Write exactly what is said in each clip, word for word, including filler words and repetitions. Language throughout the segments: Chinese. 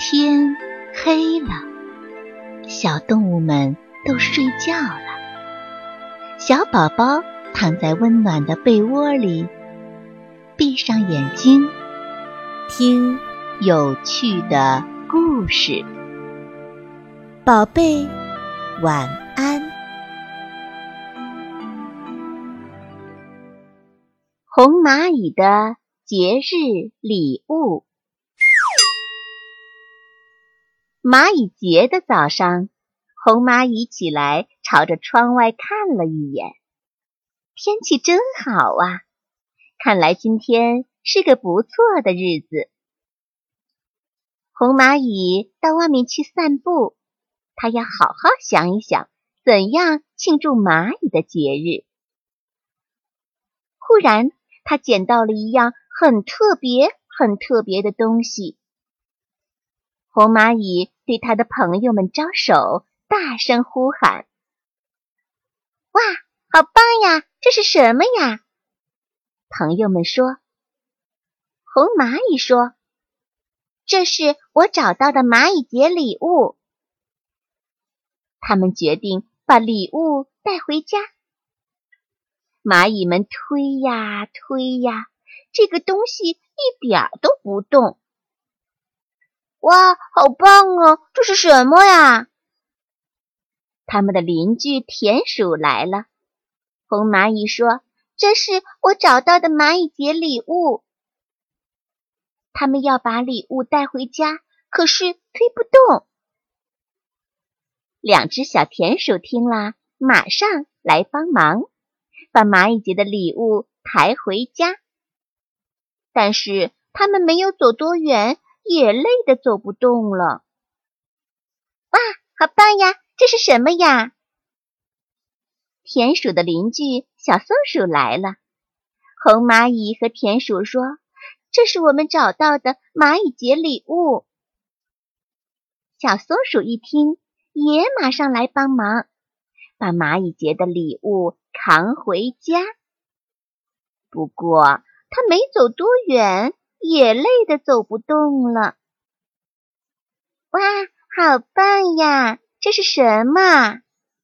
天黑了，小动物们都睡觉了。小宝宝躺在温暖的被窝里，闭上眼睛，听有趣的故事。宝贝，晚安。红蚂蚁的节日礼物。蚂蚁节的早上，红蚂蚁起来，朝着窗外看了一眼。天气真好啊，看来今天是个不错的日子。红蚂蚁到外面去散步，它要好好想一想，怎样庆祝蚂蚁的节日。忽然，它捡到了一样很特别、很特别的东西。红蚂蚁对它的朋友们招手，大声呼喊：“哇，好棒呀！这是什么呀？”朋友们说。红蚂蚁说：“这是我找到的蚂蚁节礼物。”他们决定把礼物带回家。蚂蚁们推呀推呀，这个东西一点都不动。哇，好棒啊！这是什么呀？他们的邻居田鼠来了。红蚂蚁说：“这是我找到的蚂蚁节礼物。”他们要把礼物带回家，可是推不动。两只小田鼠听了，马上来帮忙，把蚂蚁节的礼物抬回家。但是他们没有走多远，也累得走不动了。哇，好棒呀！这是什么呀？田鼠的邻居小松鼠来了。红蚂蚁和田鼠说：“这是我们找到的蚂蚁节礼物。”小松鼠一听，也马上来帮忙，把蚂蚁节的礼物扛回家。不过它没走多远，也累得走不动了。哇，好棒呀！这是什么？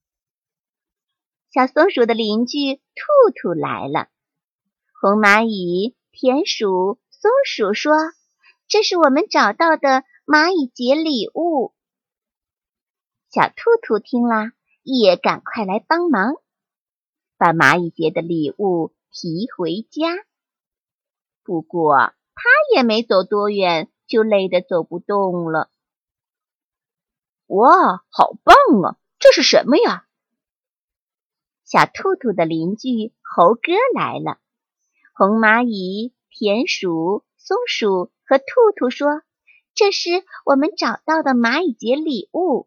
小松鼠的邻居兔兔来了。红蚂蚁、田鼠、松鼠说：“这是我们找到的蚂蚁节礼物。”小兔兔听了，也赶快来帮忙，把蚂蚁节的礼物提回家。不过他也没走多远，就累得走不动了。哇，好棒啊！这是什么呀？小兔兔的邻居猴哥来了。红蚂蚁、田鼠、松鼠和兔兔说：“这是我们找到的蚂蚁节礼物。”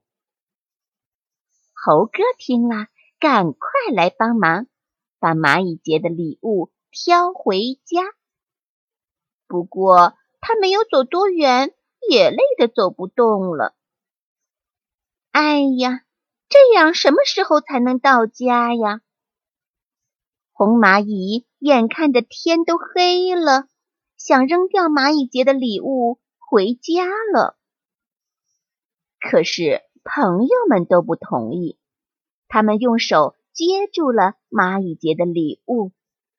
猴哥听了，赶快来帮忙，把蚂蚁节的礼物挑回家。不过他没有走多远，也累得走不动了。哎呀，这样什么时候才能到家呀？红蚂蚁眼看着天都黑了，想扔掉蚂蚁节的礼物回家了。可是朋友们都不同意，他们用手接住了蚂蚁节的礼物。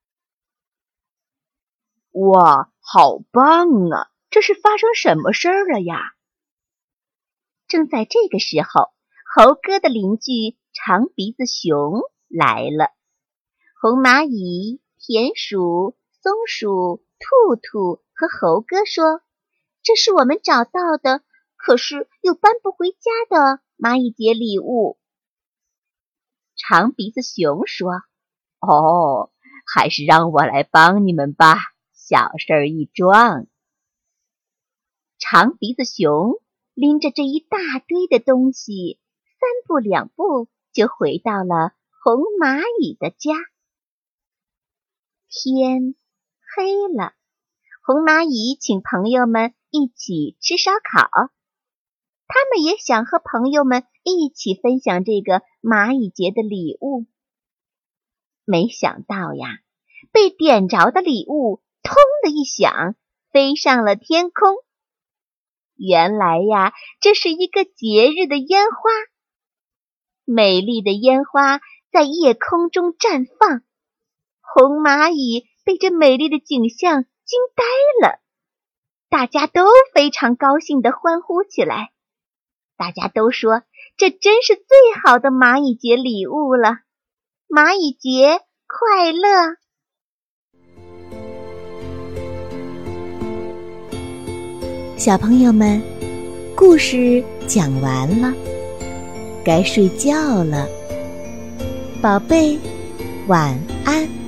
哇，好棒啊！这是发生什么事儿了呀？正在这个时候，猴哥的邻居长鼻子熊来了。红蚂蚁、田鼠、松鼠、兔兔和猴哥说：“这是我们找到的，可是又搬不回家的蚂蚁节礼物。”长鼻子熊说：“哦，还是让我来帮你们吧，小事儿一桩。”长鼻子熊拎着这一大堆的东西，三步两步就回到了红蚂蚁的家。天黑了，红蚂蚁请朋友们一起吃烧烤。他们也想和朋友们一起分享这个蚂蚁节的礼物。没想到呀，被点着的礼物“通”的一响，飞上了天空。 原来呀，这是一个节日的烟花。美丽的烟花在夜空中绽放，红蚂蚁被这美丽的景象惊呆了。大家都非常高兴地欢呼起来。大家都说，这真是最好的蚂蚁节礼物了。蚂蚁节快乐！ 小朋友们，故事讲完了，该睡觉了，宝贝，晚安。